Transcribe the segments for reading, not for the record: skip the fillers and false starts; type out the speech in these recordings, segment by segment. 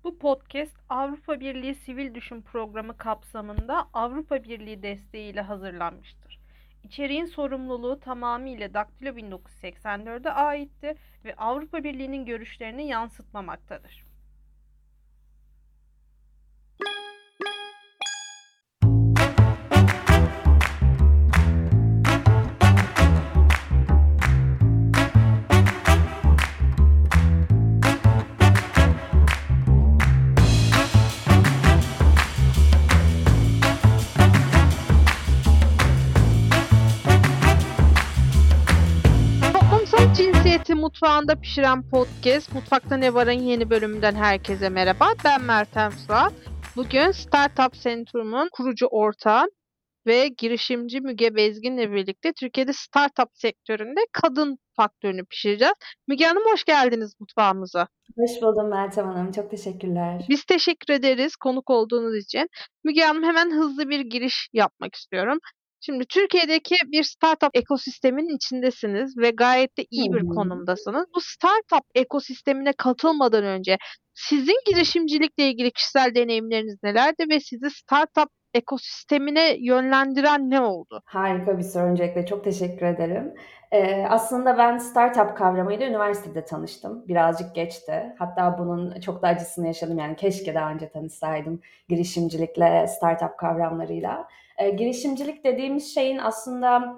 Bu podcast Avrupa Birliği Sivil Düşün Programı kapsamında Avrupa Birliği desteğiyle hazırlanmıştır. İçeriğin sorumluluğu tamamıyla Daktilo 1984'e aitti ve Avrupa Birliği'nin görüşlerini yansıtmamaktadır. Toplumsal cinsiyeti mutfağında pişiren podcast Mutfakta Ne Var'ın yeni bölümünden herkese merhaba. Ben Meltem Suat. Bugün Startup Centrum'un kurucu ortağı ve girişimci Müge Bezgin'le birlikte Türkiye'de startup sektöründe kadın faktörünü pişireceğiz. Müge Hanım hoş geldiniz mutfağımıza. Hoş buldum Meltem Hanım. Çok teşekkürler. Biz teşekkür ederiz konuk olduğunuz için. Müge Hanım hemen hızlı bir giriş yapmak istiyorum. Şimdi Türkiye'deki bir startup ekosisteminin içindesiniz ve gayet de Hı iyi bir hı. konumdasınız. Bu startup ekosistemine katılmadan önce sizin girişimcilikle ilgili kişisel deneyimleriniz nelerdi ve sizi startup ekosistemine yönlendiren ne oldu? Harika bir soru. Öncelikle çok teşekkür ederim. Aslında ben startup kavramıyla üniversitede tanıştım. Birazcık geçti. Hatta bunun çok da acısını yaşadım. Yani keşke daha önce tanışsaydım girişimcilikle, startup kavramlarıyla. Girişimcilik dediğimiz şeyin aslında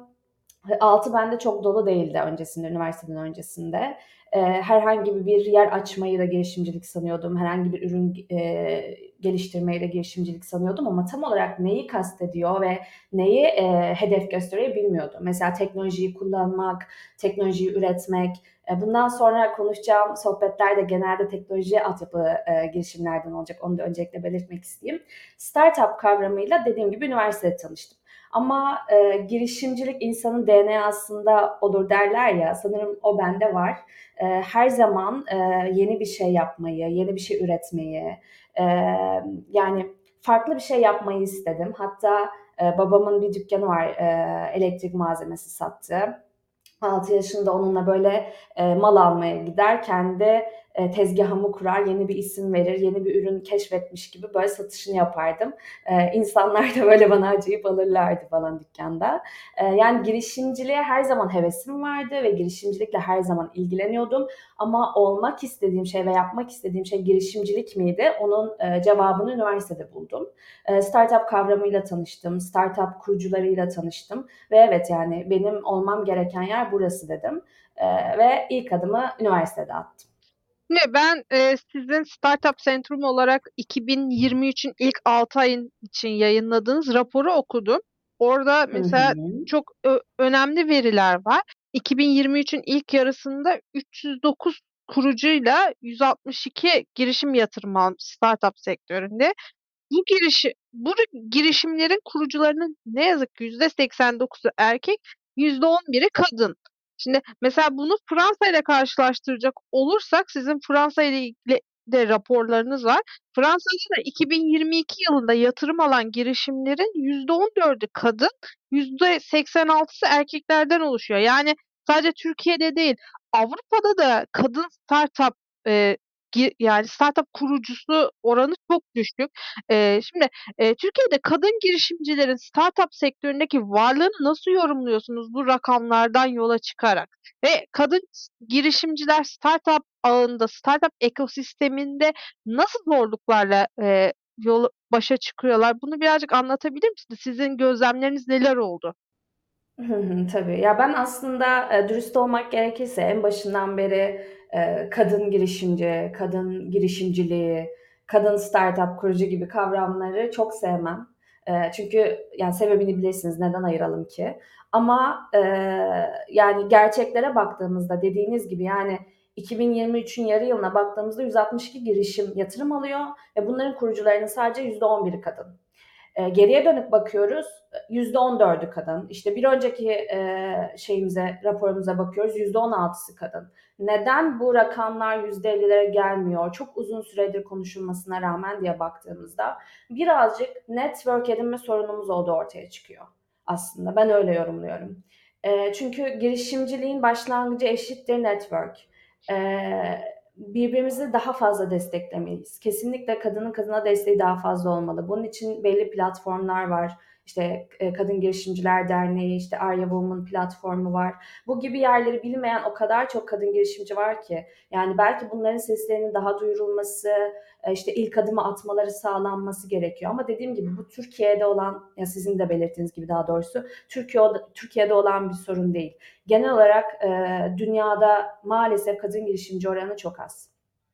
altı bende çok dolu değildi öncesinde, üniversiteden öncesinde. Herhangi bir yer açmayı da girişimcilik sanıyordum. Herhangi bir ürün geliştirmeyi de girişimcilik sanıyordum ama tam olarak neyi kastediyor ve neyi hedef gösteriyor bilmiyordum. Mesela teknolojiyi kullanmak, teknolojiyi üretmek. Bundan sonra konuşacağım sohbetler de genelde teknoloji altyapı girişimlerden olacak. Onu da öncelikle belirtmek isteyeyim. Startup kavramıyla dediğim gibi üniversitede tanıştım. Ama girişimcilik insanın DNA'sında olur derler ya, sanırım o bende var. Her zaman yeni bir şey yapmayı, yeni bir şey üretmeyi, e, yani farklı bir şey yapmayı istedim. Hatta babamın bir dükkanı var, elektrik malzemesi sattı. 6 yaşında onunla böyle mal almaya gider, kendi tezgahımı kurar, yeni bir isim verir, yeni bir ürün keşfetmiş gibi böyle satışını yapardım. İnsanlar da böyle bana acıyıp alırlardı falan dükkanda. Yani girişimciliğe her zaman hevesim vardı ve girişimcilikle her zaman ilgileniyordum. Ama olmak istediğim şey ve yapmak istediğim şey girişimcilik miydi? Onun cevabını üniversitede buldum. Startup kavramıyla tanıştım, startup kurucularıyla tanıştım. Ve evet, yani benim olmam gereken yer burası dedim. Ve ilk adımı üniversitede attım. Ben sizin Startup Centrum olarak 2023'ün ilk 6 ayın için yayınladığınız raporu okudum. Orada Hı mesela hı. çok önemli veriler var. 2023'ün ilk yarısında 309 kurucuyla 162 girişim yatırımı almış startup sektöründe. Bu girişimlerin kurucularının ne yazık ki %89'u erkek, %11'i kadın. Şimdi mesela bunu Fransa ile karşılaştıracak olursak sizin Fransa ile ilgili de raporlarınız var. Fransa'da da 2022 yılında yatırım alan girişimlerin %14'ü kadın, %86'sı erkeklerden oluşuyor. Yani sadece Türkiye'de değil, Avrupa'da da kadın startup e, yani startup kurucusu oranı çok düşük. Şimdi Türkiye'de kadın girişimcilerin startup sektöründeki varlığını nasıl yorumluyorsunuz bu rakamlardan yola çıkarak? Ve kadın girişimciler startup ağında, startup ekosisteminde nasıl zorluklarla başa çıkıyorlar? Bunu birazcık anlatabilir misiniz? Sizin gözlemleriniz neler oldu? Hı hı, tabii. Ya ben aslında dürüst olmak gerekirse en başından beri kadın girişimci, kadın girişimciliği, kadın startup kurucu gibi kavramları çok sevmem. Çünkü yani sebebini bilirsiniz, neden ayıralım ki? Ama yani gerçeklere baktığımızda dediğiniz gibi, yani 2023'ün yarı yılına baktığımızda 162 girişim yatırım alıyor ve bunların kurucularının sadece %11'i kadın. Geriye dönüp bakıyoruz, %14'ü kadın. İşte bir önceki raporumuza bakıyoruz, %16'sı kadın. Neden bu rakamlar %50'lere gelmiyor? Çok uzun süredir konuşulmasına rağmen diye baktığımızda birazcık network edinme sorunumuz olduğu ortaya çıkıyor aslında. Ben öyle yorumluyorum. Çünkü girişimciliğin başlangıcı eşittir network. birbirimizi daha fazla desteklemeliyiz. Kesinlikle kadının kadına desteği daha fazla olmalı. Bunun için belli platformlar var. İşte Kadın Girişimciler Derneği, işte Arya Woman platformu var. Bu gibi yerleri bilmeyen o kadar çok kadın girişimci var ki. Yani belki bunların seslerinin daha duyurulması, işte ilk adımı atmaları sağlanması gerekiyor. Ama dediğim gibi bu Türkiye'de olan, ya sizin de belirttiğiniz gibi daha doğrusu Türkiye'de olan bir sorun değil. Genel olarak dünyada maalesef kadın girişimci oranı çok az.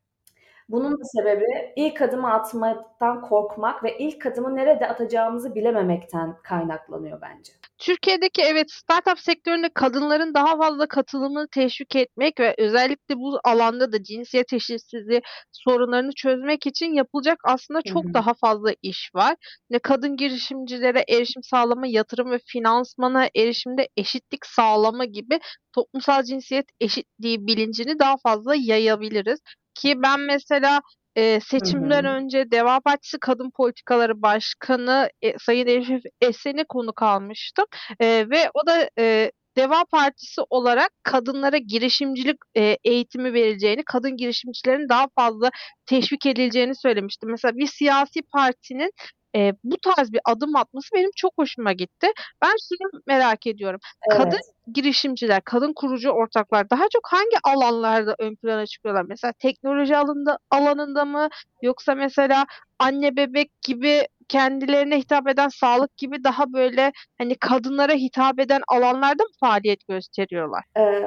Bunun da sebebi ilk adımı atmaktan korkmak ve ilk adımı nerede atacağımızı bilememekten kaynaklanıyor bence. Türkiye'deki evet startup sektöründe kadınların daha fazla katılımını teşvik etmek ve özellikle bu alanda da cinsiyet eşitsizliği sorunlarını çözmek için yapılacak aslında Hı çok hı. daha fazla iş var. Ve kadın girişimcilere erişim sağlama, yatırım ve finansmana erişimde eşitlik sağlama gibi toplumsal cinsiyet eşitliği bilincini daha fazla yayabiliriz. Ki ben mesela Hı seçimden hı. önce Deva Partisi Kadın Politikaları Başkanı Sayın Elif Esen'i konuk almıştım. Ve o da Deva Partisi olarak kadınlara girişimcilik eğitimi verileceğini, kadın girişimcilerin daha fazla teşvik edileceğini söylemişti. Mesela bir siyasi partinin bu tarz bir adım atması benim çok hoşuma gitti. Ben şunu merak ediyorum. Kadın Evet. girişimciler, kadın kurucu ortaklar daha çok hangi alanlarda ön plana çıkıyorlar? Mesela teknoloji alanında mı? Yoksa mesela anne bebek gibi kendilerine hitap eden sağlık gibi daha böyle hani kadınlara hitap eden alanlarda mı faaliyet gösteriyorlar?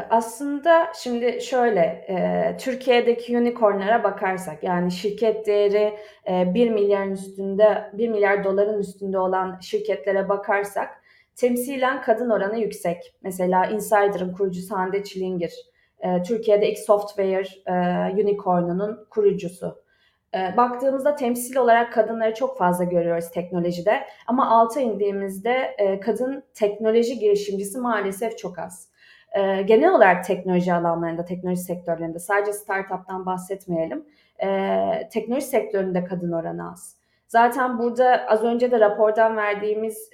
Aslında şimdi şöyle, Türkiye'deki unicorn'lara bakarsak, yani şirket değeri 1 milyarın üstünde, 1 milyar doların üstünde olan şirketlere bakarsak temsilen kadın oranı yüksek. Mesela Insider'ın kurucusu Hande Çilingir, Türkiye'de ilk software unicorn'unun kurucusu. Baktığımızda temsil olarak kadınları çok fazla görüyoruz teknolojide ama alta indiğimizde kadın teknoloji girişimcisi maalesef çok az. Genel olarak teknoloji alanlarında, teknoloji sektörlerinde sadece startup'tan bahsetmeyelim. Teknoloji sektöründe kadın oranı az. Zaten burada az önce de rapordan verdiğimiz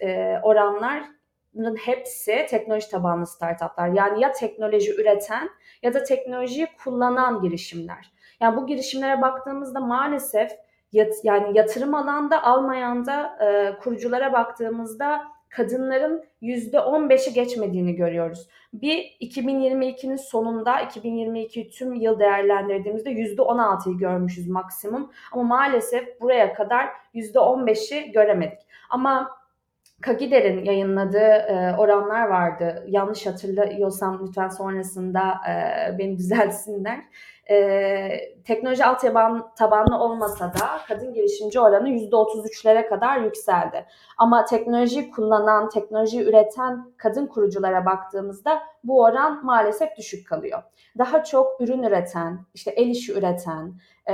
oranların hepsi teknoloji tabanlı startuplar. Yani ya teknoloji üreten ya da teknolojiyi kullanan girişimler. Yani bu girişimlere baktığımızda maalesef yani yatırım alanda almayan da kuruculara baktığımızda kadınların %15'i geçmediğini görüyoruz. Bir 2022'nin sonunda 2022'yi tüm yıl değerlendirdiğimizde %16'yı görmüşüz maksimum. Ama maalesef buraya kadar %15'i göremedik. Ama Kagider'in yayınladığı oranlar vardı. Yanlış hatırlıyorsam lütfen sonrasında beni düzeltsinler. Teknoloji tabanlı olmasa da kadın girişimci oranı %33'lere kadar yükseldi. Ama teknolojiyi kullanan, teknolojiyi üreten kadın kuruculara baktığımızda bu oran maalesef düşük kalıyor. Daha çok ürün üreten, işte el işi üreten,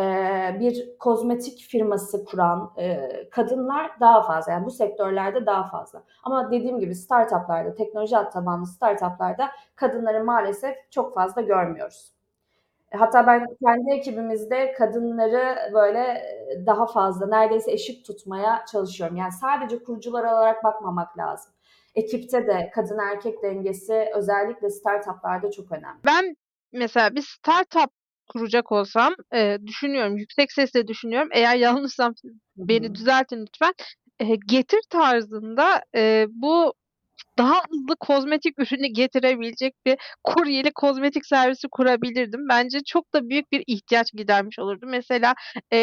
bir kozmetik firması kuran kadınlar daha fazla. Yani bu sektörlerde daha fazla. Ama dediğim gibi startuplarda, teknoloji tabanlı startuplarda kadınları maalesef çok fazla görmüyoruz. Hatta ben kendi ekibimizde kadınları böyle daha fazla, neredeyse eşit tutmaya çalışıyorum. Yani sadece kurucular olarak bakmamak lazım. Ekipte de kadın erkek dengesi özellikle startuplarda çok önemli. Ben mesela bir startup kuracak olsam düşünüyorum, yüksek sesle düşünüyorum. Eğer yanlışsam Hı beni hı. düzeltin lütfen. Getir tarzında bu daha hızlı kozmetik ürünü getirebilecek bir kuryeli kozmetik servisi kurabilirdim. Bence çok da büyük bir ihtiyaç gidermiş olurdu. Mesela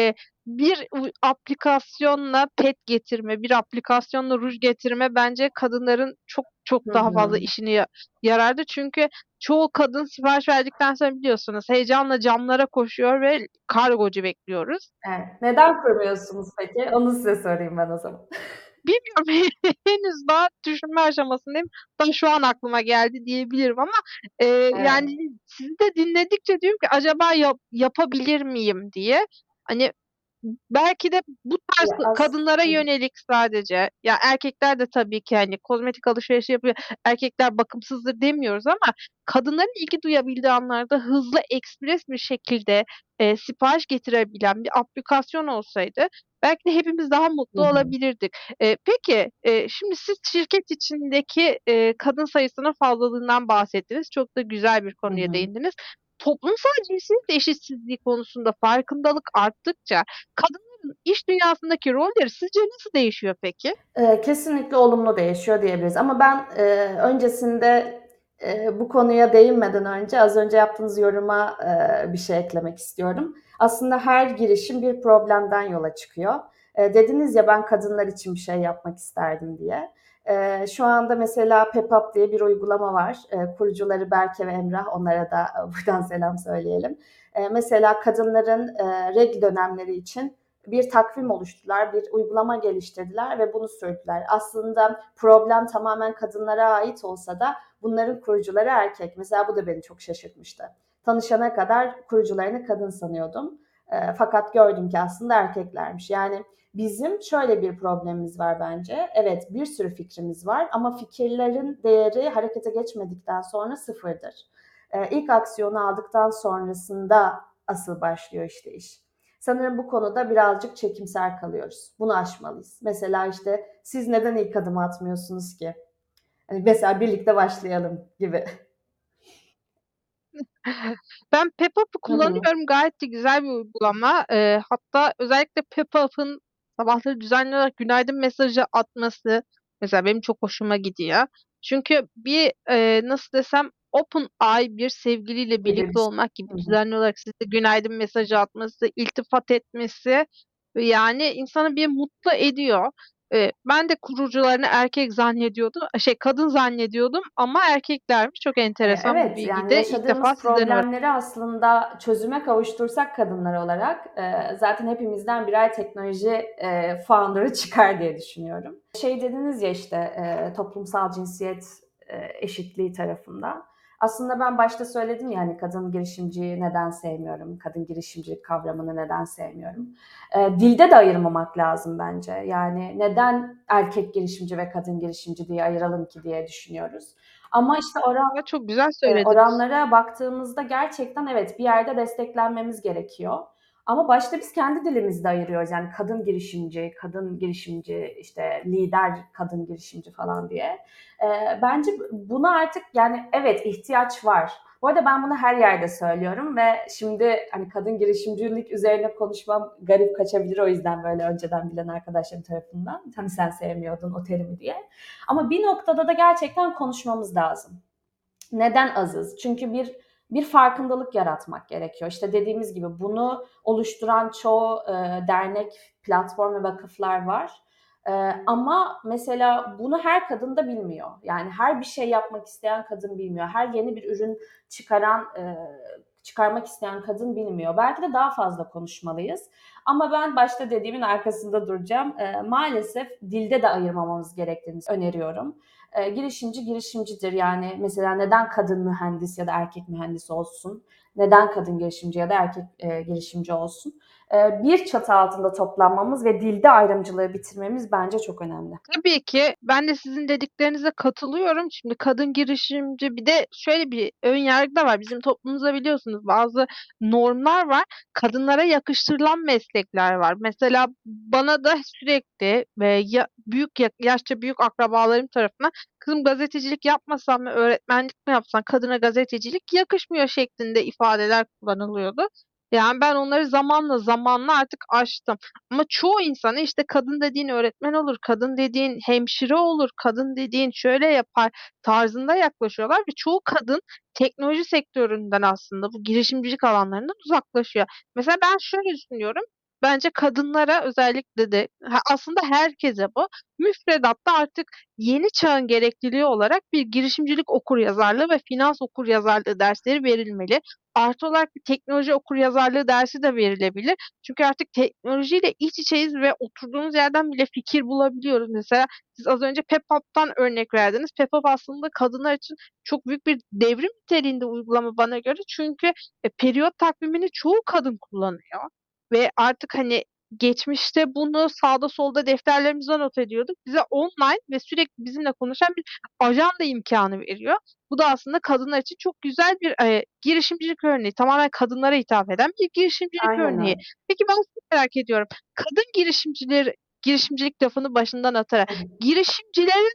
bir aplikasyonla pet getirme, bir aplikasyonla ruj getirme bence kadınların çok çok Hı daha fazla hı. işini yarardı. Çünkü çoğu kadın sipariş verdikten sonra biliyorsunuz heyecanla camlara koşuyor ve kargocu bekliyoruz. Evet. Neden kurmuyorsunuz peki? Onu size sorayım ben o zaman. Bilmiyorum. Henüz daha düşünme aşamasındayım. Daha şu an aklıma geldi diyebilirim ama Evet. yani sizi de dinledikçe diyorum ki acaba yapabilir miyim diye. Hani belki de bu tarz Ya as kadınlara yönelik sadece ya erkekler de tabii ki hani kozmetik alışverişi yapıyor. Erkekler bakımsızdır demiyoruz ama kadınların ilgi duyabildiği anlarda hızlı ekspres bir şekilde sipariş getirebilen bir aplikasyon olsaydı belki de hepimiz daha Hı mutlu hı. olabilirdik. Peki şimdi siz şirket içindeki kadın sayısının fazlalığından bahsettiniz. Çok da güzel bir Hı konuya hı. değindiniz. toplumsal cinsiyet eşitsizliği konusunda farkındalık arttıkça kadınların iş dünyasındaki rolleri sizce nasıl değişiyor peki? Kesinlikle olumlu değişiyor diyebiliriz ama ben, öncesinde, bu konuya değinmeden önce az önce yaptığınız yoruma, bir şey eklemek istiyorum. Aslında her girişim bir problemden yola çıkıyor. Dediniz ya, "Ben kadınlar için bir şey yapmak isterdim." diye. Şu anda mesela Pepup diye bir uygulama var. Kurucuları Berke ve Emrah, onlara da buradan selam söyleyelim. Mesela kadınların, regl dönemleri için bir takvim oluşturdular, bir uygulama geliştirdiler ve bunu sürdüler. Aslında problem tamamen kadınlara ait olsa da bunların kurucuları erkek. Mesela bu da beni çok şaşırtmıştı. Tanışana kadar kurucularını kadın sanıyordum. Fakat gördüm ki aslında erkeklermiş. Yani bizim şöyle bir problemimiz var bence. Evet, bir sürü fikrimiz var ama fikirlerin değeri harekete geçmedikten sonra sıfırdır. İlk aksiyonu aldıktan sonrasında asıl başlıyor işte iş. Sanırım bu konuda birazcık çekimser kalıyoruz. Bunu aşmalıyız. Mesela işte siz neden ilk adım atmıyorsunuz ki? Hani mesela birlikte başlayalım gibi. Ben Peppap'ı Hı hı. kullanıyorum. Gayet de güzel bir uygulama. Hatta özellikle Peppap'ın sabahları düzenli olarak günaydın mesajı atması mesela benim çok hoşuma gidiyor. Çünkü bir nasıl desem open eye bir sevgiliyle Gibi bir birlikte şey. olmak gibi Hı hı. düzenli olarak size günaydın mesajı atması, iltifat etmesi yani insanı bir mutlu ediyor. Ben de kurucularını erkek zannediyordum, kadın zannediyordum ama erkeklermiş. Çok enteresan bir Evet, bilgi yani de ilk defa yaşadığımız sizden öğrendim. problemleri aslında çözüme kavuştursak kadınlar olarak zaten hepimizden birer teknoloji founder'ı çıkar diye düşünüyorum. Şey dediniz ya işte toplumsal cinsiyet eşitliği tarafında. Aslında ben başta söyledim ya hani kadın girişimciyi neden sevmiyorum, kadın girişimcilik kavramını neden sevmiyorum. Dilde de ayırmamak lazım bence. Yani neden erkek girişimci ve kadın girişimci diye ayıralım ki diye düşünüyoruz. Ama işte Ya, çok güzel söylediniz. oranlara baktığımızda gerçekten evet bir yerde desteklenmemiz gerekiyor. Ama başta biz kendi dilimizde ayırıyoruz. Yani kadın girişimci, işte lider kadın girişimci falan diye. Bence buna artık yani evet ihtiyaç var. Bu arada ben bunu her yerde söylüyorum ve şimdi hani kadın girişimcilik üzerine konuşmam garip kaçabilir o yüzden böyle önceden bilen arkadaşlarım tarafından. Hani sen sevmiyordun o terimi diye. Ama bir noktada da gerçekten konuşmamız lazım. Neden azız? Çünkü bir farkındalık yaratmak gerekiyor. İşte dediğimiz gibi bunu oluşturan çoğu dernek, platform ve vakıflar var. Ama mesela bunu her kadın da bilmiyor. Yani her bir şey yapmak isteyen kadın bilmiyor. Her yeni bir ürün çıkarmak isteyen kadın bilmiyor. Belki de daha fazla konuşmalıyız. Ama ben başta dediğimin arkasında duracağım. Maalesef dilde de ayırmamamız gerektiğini öneriyorum. Girişimci girişimcidir. Yani mesela neden kadın mühendis ya da erkek mühendis olsun? Neden kadın girişimci ya da erkek girişimci olsun? Bir çatı altında toplanmamız ve dilde ayrımcılığı bitirmemiz bence çok önemli. Tabii ki ben de sizin dediklerinize katılıyorum. Şimdi kadın girişimci bir de şöyle bir ön yargı da var. Bizim toplumumuzda biliyorsunuz bazı normlar var. Kadınlara yakıştırılan meslekler var. Mesela bana da sürekli yaşça büyük akrabalarım tarafından kızım gazetecilik yapmasam mı öğretmenlik mi yapsan kadına gazetecilik yakışmıyor şeklinde ifadeler kullanılıyordu. Yani ben onları zamanla artık aştım. Ama çoğu insana işte kadın dediğin öğretmen olur, kadın dediğin hemşire olur, kadın dediğin şöyle yapar tarzında yaklaşıyorlar ve çoğu kadın teknoloji sektöründen aslında bu girişimcilik alanlarından uzaklaşıyor. Mesela ben şöyle düşünüyorum. Bence kadınlara özellikle de aslında herkese bu müfredatta artık yeni çağın gerekliliği olarak bir girişimcilik okuryazarlığı ve finans okuryazarlığı dersleri verilmeli. Artı olarak bir teknoloji okuryazarlığı dersi de verilebilir. Çünkü artık teknolojiyle iç içeyiz ve oturduğumuz yerden bile fikir bulabiliyoruz. Mesela siz az önce Peppap'tan örnek verdiniz. Peppap aslında kadınlar için çok büyük bir devrim niteliğinde uygulama bana göre. Çünkü periyot takvimini çoğu kadın kullanıyor. Ve artık hani geçmişte bunu sağda solda defterlerimizden not ediyorduk. Bize online ve sürekli bizimle konuşan bir ajanda imkanı veriyor. Bu da aslında kadınlar için çok güzel bir girişimcilik örneği. Tamamen kadınlara hitap eden bir girişimcilik Aynen örneği. öyle. Peki ben sizi merak ediyorum. Kadın girişimcilik lafını başından atarak Hı hı. girişimcilerin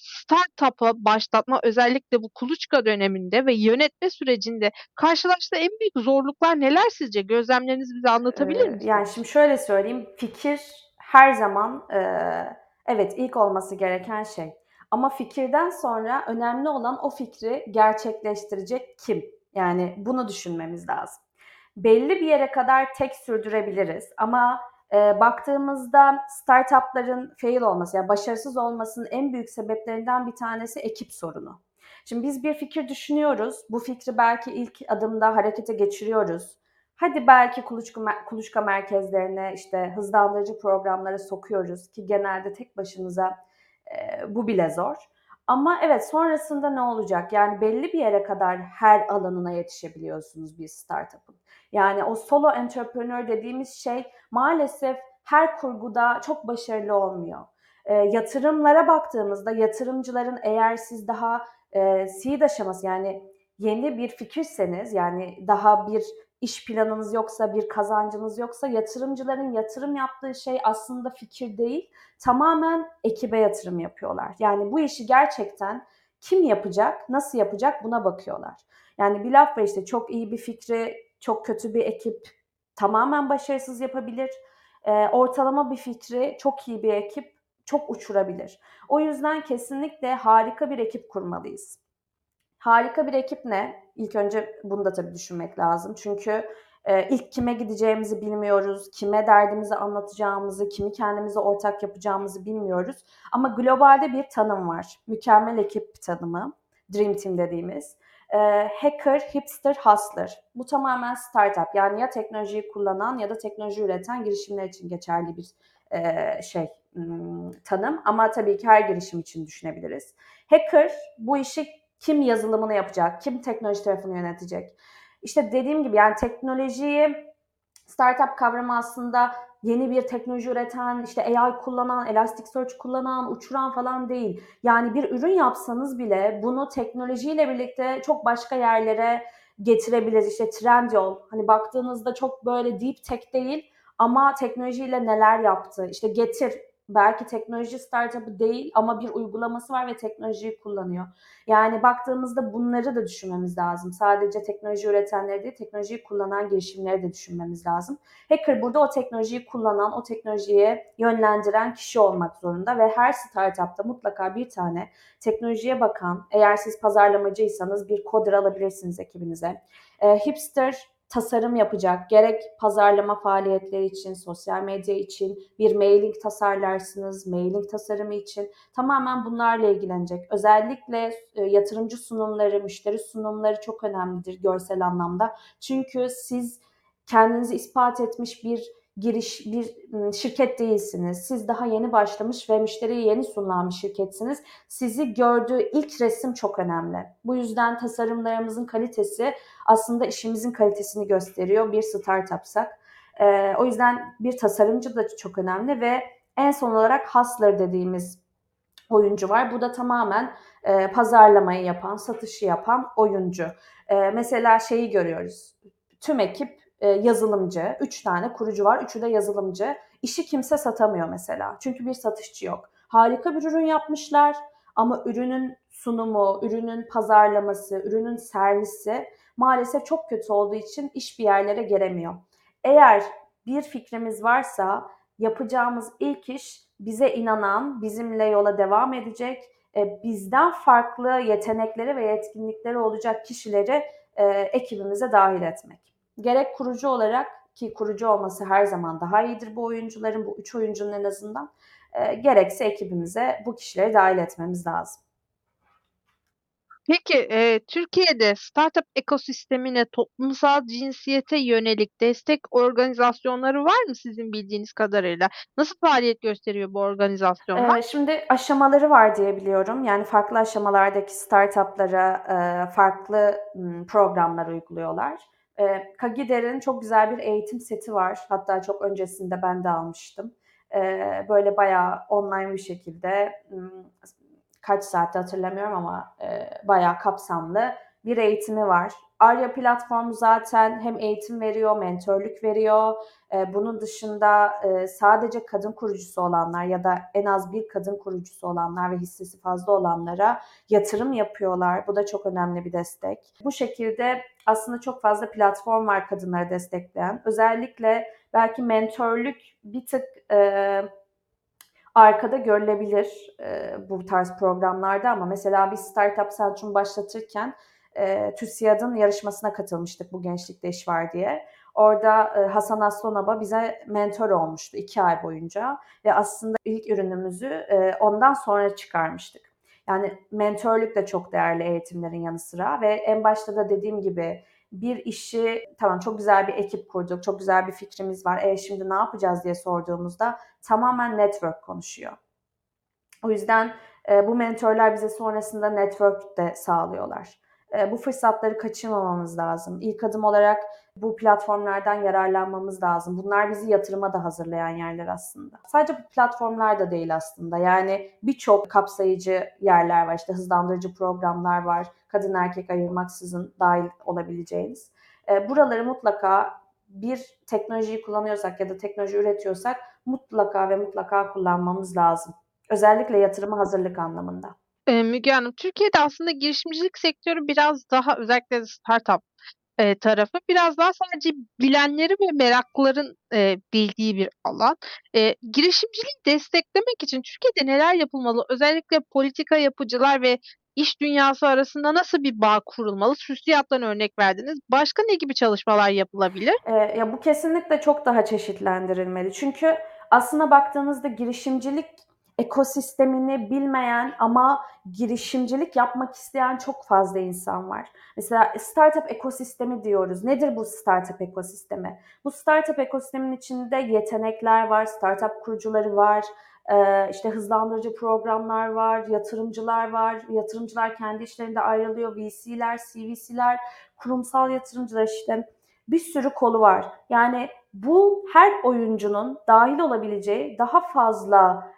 startup'ı başlatma, özellikle bu kuluçka döneminde ve yönetme sürecinde karşılaştığı en büyük zorluklar neler sizce? Gözlemlerinizi bize anlatabilir Yani, misiniz? şimdi şöyle söyleyeyim, fikir her zaman, evet, ilk olması gereken şey ama fikirden sonra önemli olan o fikri gerçekleştirecek kim? Yani, bunu düşünmemiz lazım. Belli bir yere kadar tek sürdürebiliriz ama, baktığımızda startup'ların fail olması, yani başarısız olmasının en büyük sebeplerinden bir tanesi ekip sorunu. Şimdi biz bir fikir düşünüyoruz, bu fikri belki ilk adımda harekete geçiriyoruz. Hadi belki kuluçka merkezlerine, işte, hızlandırıcı programlara sokuyoruz ki genelde tek başınıza, bu bile zor. Ama evet, sonrasında ne olacak? Yani belli bir yere kadar her alanına yetişebiliyorsunuz bir startup'ın. Yani o solo entrepreneur dediğimiz şey maalesef her kurguda çok başarılı olmuyor. Yatırımlara baktığımızda yatırımcıların eğer siz daha, seed aşaması yani yeni bir fikirseniz, yani daha bir iş planınız yoksa, bir kazancınız yoksa yatırımcıların yatırım yaptığı şey aslında fikir değil, tamamen ekibe yatırım yapıyorlar. Yani bu işi gerçekten kim yapacak, nasıl yapacak buna bakıyorlar. Yani bir laf var işte çok iyi bir fikri çok kötü bir ekip tamamen başarısız yapabilir. Ortalama bir fikri çok iyi bir ekip çok uçurabilir. O yüzden kesinlikle harika bir ekip kurmalıyız. Harika bir ekip ne? İlk önce bunu da tabii düşünmek lazım. Çünkü ilk kime gideceğimizi bilmiyoruz, kime derdimizi anlatacağımızı, kimi kendimize ortak yapacağımızı bilmiyoruz. Ama globalde bir tanım var. Mükemmel ekip tanımı, Dream Team dediğimiz. Hacker, hipster, hustler. Bu tamamen startup. Yani ya teknolojiyi kullanan ya da teknoloji üreten girişimler için geçerli bir tanım. Ama tabii ki her girişim için düşünebiliriz. Hacker bu işi kim yazılımını yapacak, kim teknoloji tarafını yönetecek. İşte dediğim gibi yani teknolojiyi, startup kavramı aslında yeni bir teknoloji üreten, işte AI kullanan, Elasticsearch kullanan, uçuran falan değil. Yani bir ürün yapsanız bile bunu teknolojiyle birlikte çok başka yerlere getirebiliriz. İşte Trendyol, hani baktığınızda çok böyle deep tech değil ama teknolojiyle neler yaptı. İşte Getir, belki teknoloji startup'ı değil ama bir uygulaması var ve teknolojiyi kullanıyor. Yani baktığımızda bunları da düşünmemiz lazım. Sadece teknoloji üretenleri değil, teknolojiyi kullanan girişimleri de düşünmemiz lazım. Hacker burada o teknolojiyi kullanan, o teknolojiyi yönlendiren kişi olmak zorunda ve her startupta mutlaka bir tane teknolojiye bakan, eğer siz pazarlamacıysanız bir coder alabilirsiniz ekibinize. Hipster tasarım yapacak, gerek pazarlama faaliyetleri için, sosyal medya için, bir mailing tasarlarsınız, mailing tasarımı için tamamen bunlarla ilgilenecek. Özellikle yatırımcı sunumları, müşteri sunumları çok önemlidir görsel anlamda. Çünkü siz kendinizi ispat etmiş bir şirket değilsiniz. Siz daha yeni başlamış ve müşteriye yeni sunulan bir şirketsiniz. Sizi gördüğü ilk resim çok önemli. Bu yüzden tasarımlarımızın kalitesi aslında işimizin kalitesini gösteriyor bir startupsak. O yüzden bir tasarımcı da çok önemli ve en son olarak hustler dediğimiz oyuncu var. Bu da tamamen pazarlamayı yapan, satışı yapan oyuncu. Mesela şeyi görüyoruz. Tüm ekip yazılımcı. 3 tane kurucu var. Üçü de yazılımcı. İşi kimse satamıyor mesela. Çünkü bir satışçı yok. Harika bir ürün yapmışlar ama ürünün sunumu, ürünün pazarlaması, ürünün servisi maalesef çok kötü olduğu için iş bir yerlere gelemiyor. Eğer bir fikrimiz varsa yapacağımız ilk iş bize inanan, bizimle yola devam edecek, bizden farklı yetenekleri ve yetkinlikleri olacak kişileri ekibimize dahil etmek. Gerek kurucu olarak, ki kurucu olması her zaman daha iyidir bu oyuncuların, bu 3 oyuncunun en azından, gerekse ekibimize bu kişileri dahil etmemiz lazım. Peki, Türkiye'de startup ekosistemine toplumsal cinsiyete yönelik destek organizasyonları var mı sizin bildiğiniz kadarıyla? Nasıl faaliyet gösteriyor bu organizasyonlar? Şimdi aşamaları var diye biliyorum. Yani farklı aşamalardaki startup'lara, farklı, programlar uyguluyorlar. Kagider'in çok güzel bir eğitim seti var. Hatta çok öncesinde ben de almıştım. Böyle bayağı online bir şekilde, kaç saatte hatırlamıyorum ama, bayağı kapsamlı bir eğitimi var. Arya platformu zaten hem eğitim veriyor, mentörlük veriyor, Bunun dışında sadece kadın kurucusu olanlar ya da en az bir kadın kurucusu olanlar ve hissesi fazla olanlara yatırım yapıyorlar. Bu da çok önemli bir destek. Bu şekilde aslında çok fazla platform var kadınları destekleyen. Özellikle belki mentörlük bir tık arkada görülebilir bu tarz programlarda ama mesela biz Startup Centrum başlatırken TÜSİAD'ın yarışmasına katılmıştık bu Gençlikte İş Var diye. Orada Hasan Aslanaba bize mentor olmuştu 2 ay boyunca ve aslında ilk ürünümüzü ondan sonra çıkarmıştık. Yani mentörlük de çok değerli eğitimlerin yanı sıra ve en başta da dediğim gibi bir işi tamam çok güzel bir ekip kurduk, çok güzel bir fikrimiz var. Şimdi ne yapacağız diye sorduğumuzda tamamen network konuşuyor. O yüzden bu mentorlar bize sonrasında network de sağlıyorlar. Bu fırsatları kaçırmamamız lazım. İlk adım olarak bu platformlardan yararlanmamız lazım. Bunlar bizi yatırıma da hazırlayan yerler aslında. Sadece bu platformlar da değil aslında. Yani birçok kapsayıcı yerler var. İşte hızlandırıcı programlar var. Kadın erkek ayırmaksızın dahil olabileceğiniz. Buraları mutlaka bir teknolojiyi kullanıyorsak ya da teknoloji üretiyorsak mutlaka ve mutlaka kullanmamız lazım. Özellikle yatırıma hazırlık anlamında. Müge Hanım, Türkiye'de aslında girişimcilik sektörü biraz daha özellikle startup tarafı biraz daha sadece bilenleri ve meraklıların bildiği bir alan. Girişimciliği desteklemek için Türkiye'de neler yapılmalı? Özellikle politika yapıcılar ve iş dünyası arasında nasıl bir bağ kurulmalı? TÜSİAD'dan örnek verdiniz. Başka ne gibi çalışmalar yapılabilir? Ya bu kesinlikle çok daha çeşitlendirilmeli. Çünkü aslına baktığınızda girişimcilik ekosistemini bilmeyen ama girişimcilik yapmak isteyen çok fazla insan var. Mesela startup ekosistemi diyoruz. Nedir bu startup ekosistemi? Bu startup ekosistemin içinde yetenekler var, startup kurucuları var, işte hızlandırıcı programlar var, yatırımcılar var. Yatırımcılar kendi işlerinde ayrılıyor. VC'ler, CVC'ler, kurumsal yatırımcılar işte bir sürü kolu var. Yani bu her oyuncunun dahil olabileceği daha fazla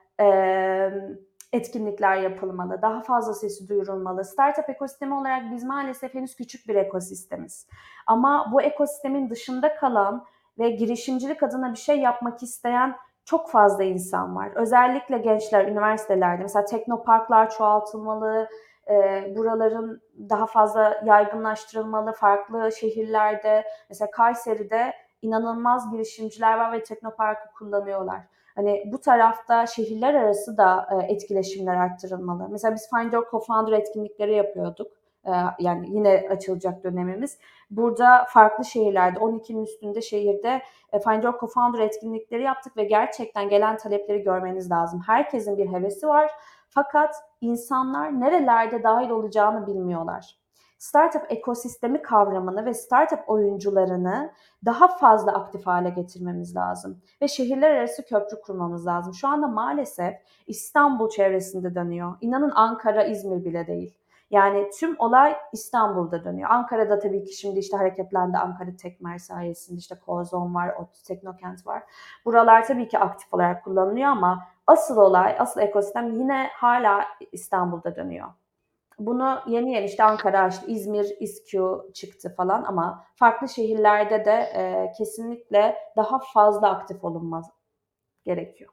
etkinlikler yapılmalı, daha fazla sesi duyurulmalı. Startup ekosistemi olarak biz maalesef henüz küçük bir ekosistemiz. Ama bu ekosistemin dışında kalan ve girişimcilik adına bir şey yapmak isteyen çok fazla insan var. Özellikle gençler üniversitelerde mesela teknoparklar çoğaltılmalı, buraların daha fazla yaygınlaştırılmalı, farklı şehirlerde. Mesela Kayseri'de inanılmaz girişimciler var ve teknoparkı kullanıyorlar. Hani bu tarafta şehirler arası da etkileşimler arttırılmalı. Mesela biz Find Your Co-Founder etkinlikleri yapıyorduk. Yani yine açılacak dönemimiz. Burada farklı şehirlerde, 12'nin üstünde şehirde Find Your Co-Founder etkinlikleri yaptık ve gerçekten gelen talepleri görmeniz lazım. Herkesin bir hevesi var fakat insanlar nerelerde dahil olacağını bilmiyorlar. Startup ekosistemi kavramını ve startup oyuncularını daha fazla aktif hale getirmemiz lazım. Ve şehirler arası köprü kurmamız lazım. Şu anda maalesef İstanbul çevresinde dönüyor. İnanın Ankara, İzmir bile değil. Yani tüm olay İstanbul'da dönüyor. Ankara'da tabii ki şimdi işte hareketlendi. Ankara Tekmer sayesinde işte Kozon var, ODTÜ Teknokent var. Buralar tabii ki aktif olarak kullanılıyor ama asıl olay, asıl ekosistem yine hala İstanbul'da dönüyor. Bunu yeni yeni işte Ankara, işte İzmir, İSKİ çıktı falan ama farklı şehirlerde de kesinlikle daha fazla aktif olunması gerekiyor.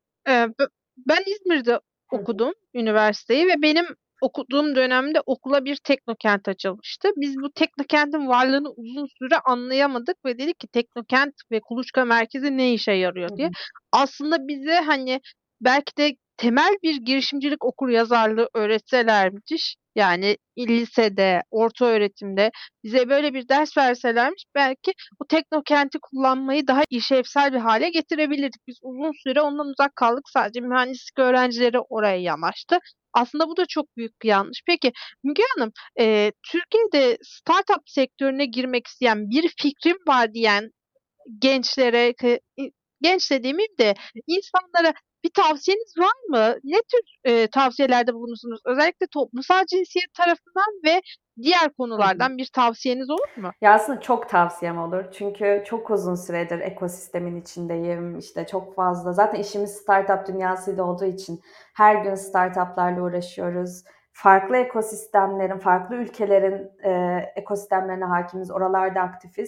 Ben İzmir'de Hı hı. okudum üniversiteyi ve benim okuduğum dönemde okula bir teknokent açılmıştı. Biz bu teknokentin varlığını uzun süre anlayamadık ve dedik ki teknokent ve kuluçka merkezi ne işe yarıyor Hı diye. hı. Aslında bize hani belki de temel bir girişimcilik okuryazarlığı öğretselermiş. Yani lisede, orta öğretimde bize böyle bir ders verselermiş belki bu teknokenti kullanmayı daha işlevsel bir hale getirebilirdik. Biz uzun süre ondan uzak kaldık. Sadece mühendislik öğrencileri oraya yanaştı. Aslında bu da çok büyük bir yanlış. Peki Müge Hanım, Türkiye'de startup sektörüne girmek isteyen bir fikrim var diyen gençlere, genç dediğimim de insanlara bir tavsiyeniz var mı? Ne tür tavsiyelerde bulunursunuz? Özellikle toplumsal cinsiyet tarafından ve diğer Hı hı. konulardan bir tavsiyeniz olur mu? Ya aslında çok tavsiyem olur. Çünkü çok uzun süredir ekosistemin içindeyim. İşte çok fazla. Zaten işimiz startup dünyasıyla olduğu için her gün startuplarla uğraşıyoruz. Farklı ekosistemlerin, farklı ülkelerin ekosistemlerine hakimiz. Oralarda aktifiz.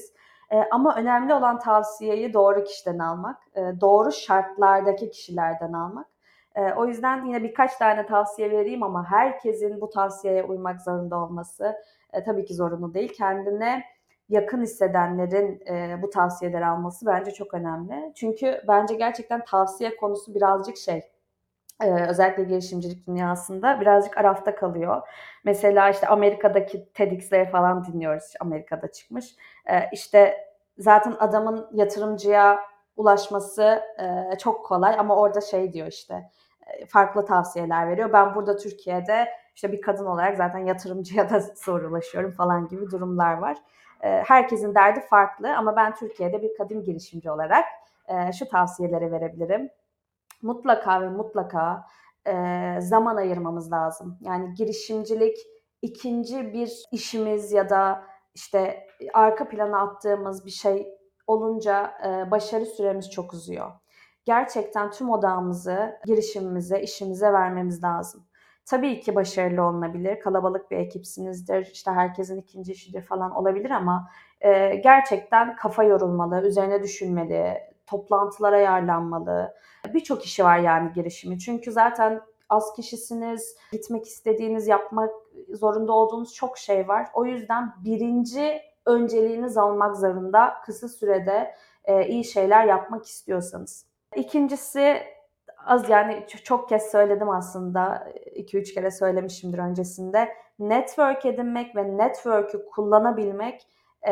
Ama önemli olan tavsiyeyi doğru kişiden almak, doğru şartlardaki kişilerden almak. O yüzden yine birkaç tane tavsiye vereyim ama herkesin bu tavsiyeye uymak zorunda olması tabii ki zorunlu değil. Kendine yakın hissedenlerin bu tavsiyeleri alması bence çok önemli. Çünkü bence gerçekten tavsiye konusu birazcık özellikle girişimcilik dünyasında birazcık arafta kalıyor. Mesela işte Amerika'daki TEDx'leri falan dinliyoruz. Amerika'da çıkmış. İşte zaten adamın yatırımcıya ulaşması çok kolay ama orada diyor işte farklı tavsiyeler veriyor. Ben burada Türkiye'de işte bir kadın olarak zaten yatırımcıya da zor ulaşıyorum falan gibi durumlar var. Herkesin derdi farklı ama ben Türkiye'de bir kadın girişimci olarak şu tavsiyeleri verebilirim. Mutlaka ve mutlaka zaman ayırmamız lazım. Yani girişimcilik ikinci bir işimiz ya da işte arka plana attığımız bir şey olunca başarı süremiz çok uzuyor. Gerçekten tüm odağımızı girişimimize, işimize vermemiz lazım. Tabii ki başarılı olunabilir. Kalabalık bir ekipsinizdir. İşte herkesin ikinci işidir falan olabilir ama gerçekten kafa yorulmalı, üzerine düşünmeli, toplantılar ayarlanmalı. Birçok işi var yani girişimi. Çünkü zaten az kişisiniz, gitmek istediğiniz, yapmak zorunda olduğunuz çok şey var. O yüzden birinci önceliğiniz olmak zorunda kısa sürede iyi şeyler yapmak istiyorsanız. İkincisi yani çok kez söyledim aslında, 2-3 kere söylemişimdir öncesinde. Network edinmek ve network'ü kullanabilmek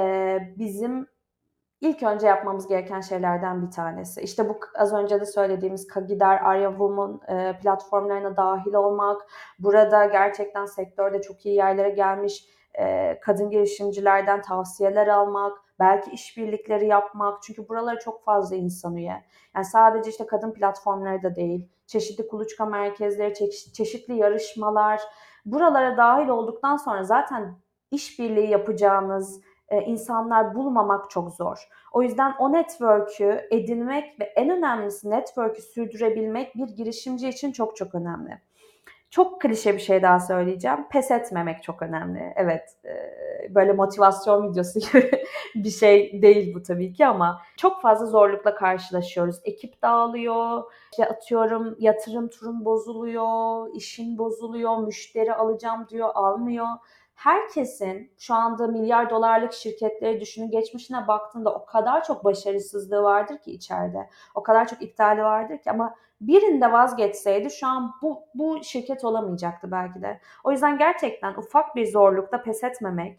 bizim İlk önce yapmamız gereken şeylerden bir tanesi. İşte bu az önce de söylediğimiz Kagidar, Arya Woman platformlarına dahil olmak, burada gerçekten sektörde çok iyi yerlere gelmiş kadın girişimcilerden tavsiyeler almak, belki işbirlikleri yapmak. Çünkü buralara çok fazla insan üye. Yani sadece işte kadın platformları da değil, çeşitli kuluçka merkezleri, çeşitli yarışmalar. Buralara dahil olduktan sonra zaten işbirliği yapacağınız insanlar bulmamak çok zor. O yüzden o network'ü edinmek ve en önemlisi network'ü sürdürebilmek bir girişimci için çok çok önemli. Çok klişe bir şey daha söyleyeceğim. Pes etmemek çok önemli. Evet, böyle motivasyon videosu gibi bir şey değil bu tabii ki ama çok fazla zorlukla karşılaşıyoruz. Ekip dağılıyor, işte atıyorum yatırım turun bozuluyor, işin bozuluyor, müşteri alacağım diyor, almıyor. Herkesin şu anda milyar dolarlık şirketleri düşünün, geçmişine baktığında o kadar çok başarısızlığı vardır ki içeride. O kadar çok iptali vardır ki ama birinde vazgeçseydi şu an bu şirket olamayacaktı belki de. O yüzden gerçekten ufak bir zorlukta pes etmemek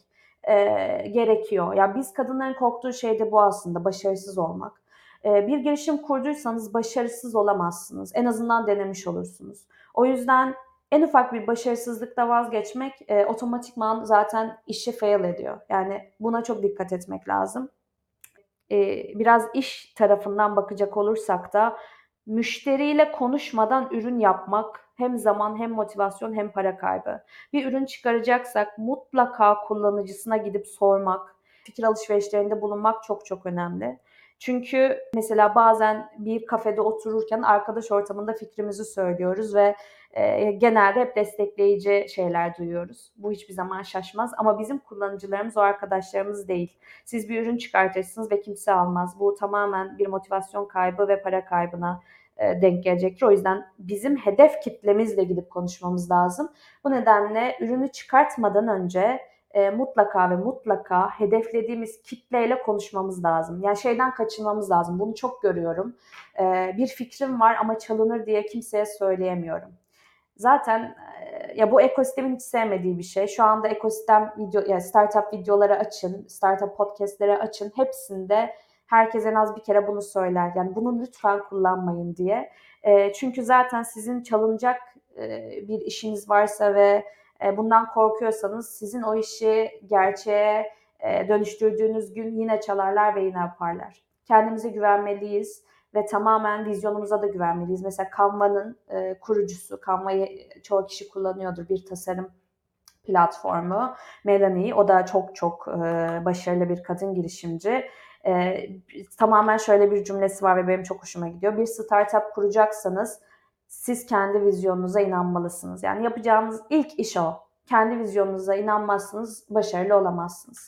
gerekiyor. Ya biz kadınların korktuğu şey de bu aslında, başarısız olmak. Bir girişim kurduysanız başarısız olamazsınız. En azından denemiş olursunuz. O yüzden en ufak bir başarısızlıkta vazgeçmek otomatikman zaten işi fail ediyor. Yani buna çok dikkat etmek lazım. Biraz iş tarafından bakacak olursak da müşteriyle konuşmadan ürün yapmak hem zaman hem motivasyon hem para kaybı. Bir ürün çıkaracaksak mutlaka kullanıcısına gidip sormak, fikir alışverişlerinde bulunmak çok çok önemli. Çünkü mesela bazen bir kafede otururken arkadaş ortamında fikrimizi söylüyoruz ve genelde hep destekleyici şeyler duyuyoruz. Bu hiçbir zaman şaşmaz ama bizim kullanıcılarımız o arkadaşlarımız değil. Siz bir ürün çıkartırsınız ve kimse almaz. Bu tamamen bir motivasyon kaybı ve para kaybına denk gelecektir. O yüzden bizim hedef kitlemizle gidip konuşmamız lazım. Bu nedenle ürünü çıkartmadan önce mutlaka ve mutlaka hedeflediğimiz kitleyle konuşmamız lazım. Yani şeyden kaçınmamız lazım. Bunu çok görüyorum. Bir fikrim var ama çalınır diye kimseye söyleyemiyorum. Zaten ya bu ekosistemin hiç sevmediği bir şey. Şu anda ekosistem yani startup videoları açın, startup podcastleri açın. Hepsinde herkes en az bir kere bunu söyler. Yani bunu lütfen kullanmayın diye. Çünkü zaten sizin çalınacak bir işiniz varsa ve bundan korkuyorsanız sizin o işi gerçeğe dönüştürdüğünüz gün yine çalarlar ve yine yaparlar. Kendimize güvenmeliyiz ve tamamen vizyonumuza da güvenmeliyiz. Mesela Canva'nın kurucusu, Canva'yı çoğu kişi kullanıyordur, bir tasarım platformu. Melanie, o da çok çok başarılı bir kadın girişimci. Tamamen şöyle bir cümlesi var ve benim çok hoşuma gidiyor. Bir startup kuracaksanız siz kendi vizyonunuza inanmalısınız. Yani yapacağınız ilk iş o. Kendi vizyonunuza inanmazsınız, başarılı olamazsınız.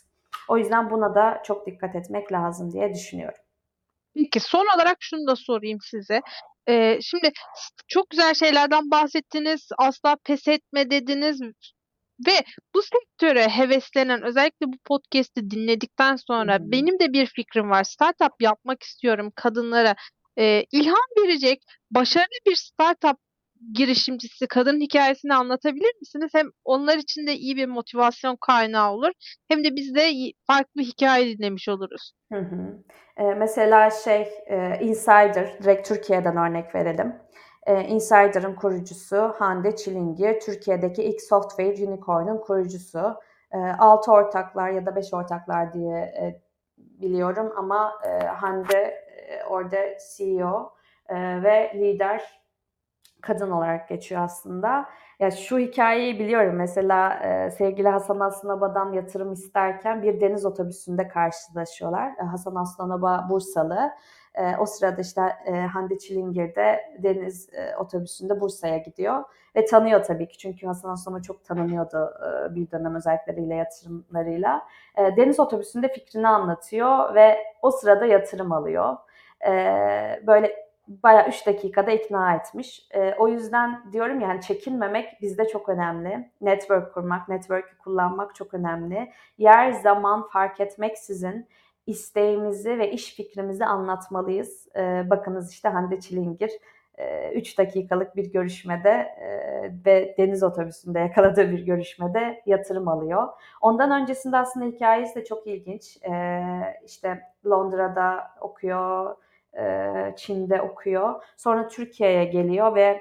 O yüzden buna da çok dikkat etmek lazım diye düşünüyorum. Peki son olarak şunu da sorayım size. Şimdi çok güzel şeylerden bahsettiniz. Asla pes etme dediniz. Ve bu sektöre heveslenen, özellikle bu podcast'i dinledikten Hı sonra hı. benim de bir fikrim var. Startup yapmak istiyorum kadınlara. İlham verecek başarılı bir startup girişimcisi kadın hikayesini anlatabilir misiniz? Hem onlar için de iyi bir motivasyon kaynağı olur. Hem de biz de farklı bir hikaye dinlemiş oluruz. Hı hı. Mesela Insider, direkt Türkiye'den örnek verelim. Insider'ın kurucusu Hande Çilingir, Türkiye'deki ilk software unicorn'un kurucusu. 6 ortaklar ya da 5 ortaklar diye biliyorum ama Hande orada CEO ve lider kadın olarak geçiyor aslında. Ya şu hikayeyi biliyorum. Mesela sevgili Hasan Aslanaba'dan yatırım isterken bir deniz otobüsünde karşılaşıyorlar. Hasan Aslanaba Bursalı. O sırada işte Hande Çilingir de deniz otobüsünde Bursa'ya gidiyor. Ve tanıyor tabii ki, çünkü Hasan Aslanaba çok tanınıyordu bir dönem özellikleriyle, yatırımlarıyla. Deniz otobüsünde fikrini anlatıyor ve o sırada yatırım alıyor. Böyle bayağı 3 dakikada ikna etmiş. O yüzden diyorum yani, çekinmemek bizde çok önemli. Network kurmak, network'ü kullanmak çok önemli. Yer, zaman fark etmeksizin isteğimizi ve iş fikrimizi anlatmalıyız. Bakınız işte Hande Çilingir 3 dakikalık bir görüşmede ve deniz otobüsünde yakaladığı bir görüşmede yatırım alıyor. Ondan öncesinde aslında hikayesi de çok ilginç. İşte Londra'da okuyor, Çin'de okuyor. Sonra Türkiye'ye geliyor ve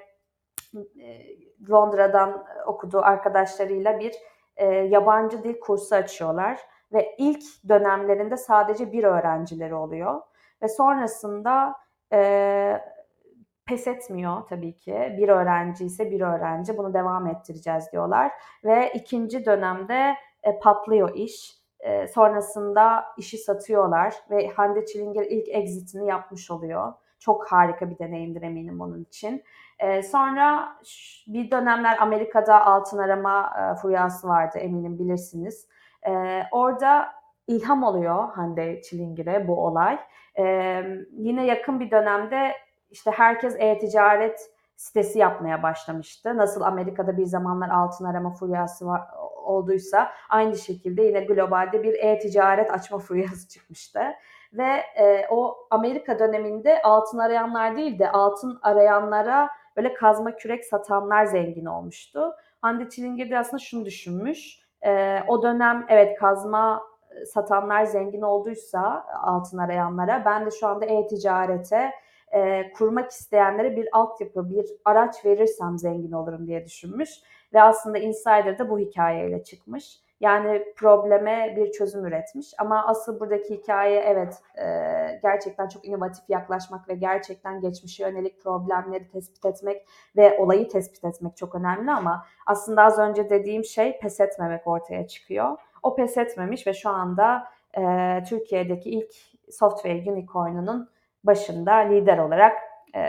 Londra'dan okuduğu arkadaşlarıyla bir yabancı dil kursu açıyorlar. Ve ilk dönemlerinde sadece bir öğrencileri oluyor. Ve sonrasında e, pes etmiyor tabii ki. Bir öğrenci ise bir öğrenci, bunu devam ettireceğiz diyorlar. Ve ikinci dönemde patlıyor iş. Sonrasında işi satıyorlar ve Hande Çilingir ilk exit'ini yapmış oluyor. Çok harika bir deneyimdir eminim onun için. Sonra bir dönemler Amerika'da altın arama furyası vardı, eminim bilirsiniz. Orada ilham oluyor Hande Çilingir'e bu olay. Yine yakın bir dönemde işte herkes e-ticaret sitesi yapmaya başlamıştı. Nasıl Amerika'da bir zamanlar altın arama furyası olduysa, aynı şekilde yine globalde bir e-ticaret açma furyası çıkmıştı. Ve o Amerika döneminde altın arayanlar değil de altın arayanlara böyle kazma kürek satanlar zengin olmuştu. Hande Çilingir de aslında şunu düşünmüş. O dönem evet, kazma satanlar zengin olduysa altın arayanlara, ben de şu anda e-ticarete kurmak isteyenlere bir altyapı, bir araç verirsem zengin olurum diye düşünmüş. Ve aslında Insider'da bu hikayeyle çıkmış. Yani probleme bir çözüm üretmiş. Ama asıl buradaki hikaye, evet, gerçekten çok inovatif yaklaşmak ve gerçekten geçmişe yönelik problemleri tespit etmek ve olayı tespit etmek çok önemli, ama aslında az önce dediğim şey, pes etmemek ortaya çıkıyor. O pes etmemiş ve şu anda Türkiye'deki ilk software unicorn'unun başında lider olarak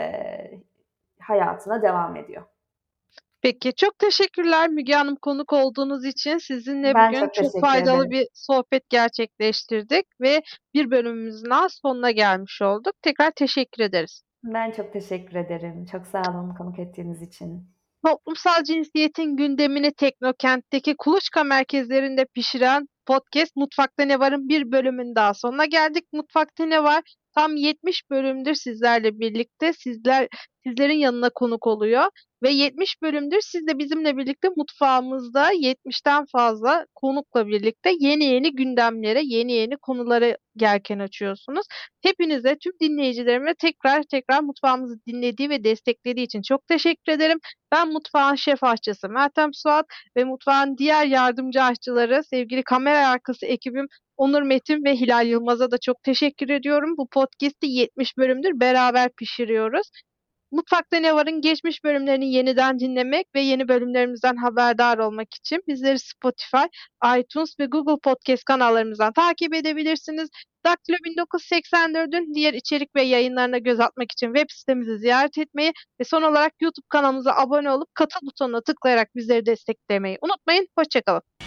hayatına devam ediyor. Peki, çok teşekkürler Müge Hanım konuk olduğunuz için. Sizinle Ben bugün çok çok teşekkür faydalı ederim. bir sohbet gerçekleştirdik ve bir bölümümüzün daha sonuna gelmiş olduk. Tekrar teşekkür ederiz. Ben çok teşekkür ederim. Çok sağ olun konuk ettiğiniz için. Toplumsal cinsiyetin gündemini Teknokent'teki kuluçka merkezlerinde pişiren podcast Mutfakta Ne Var'ın bir bölümünün daha sonuna geldik. Mutfakta Ne Var tam 70 bölümdür sizlerle birlikte, sizlerin yanına konuk oluyor ve 70 bölümdür siz de bizimle birlikte mutfağımızda 70'ten fazla konukla birlikte yeni yeni gündemlere, yeni yeni konulara yelken açıyorsunuz. Hepinize, tüm dinleyicilerime tekrar tekrar mutfağımızı dinlediği ve desteklediği için çok teşekkür ederim. Ben mutfağın şef aşçısı Meltem Suat ve mutfağın diğer yardımcı aşçıları, sevgili kamera arkası ekibim Onur Metin ve Hilal Yılmaz'a da çok teşekkür ediyorum. Bu podcast'i 70 bölümdür beraber pişiriyoruz. Mutfakta Ne Var'ın geçmiş bölümlerini yeniden dinlemek ve yeni bölümlerimizden haberdar olmak için bizleri Spotify, iTunes ve Google Podcast kanallarımızdan takip edebilirsiniz. Daktilo 1984'ün diğer içerik ve yayınlarına göz atmak için web sitemizi ziyaret etmeyi ve son olarak YouTube kanalımıza abone olup katıl butonuna tıklayarak bizleri desteklemeyi unutmayın. Hoşçakalın.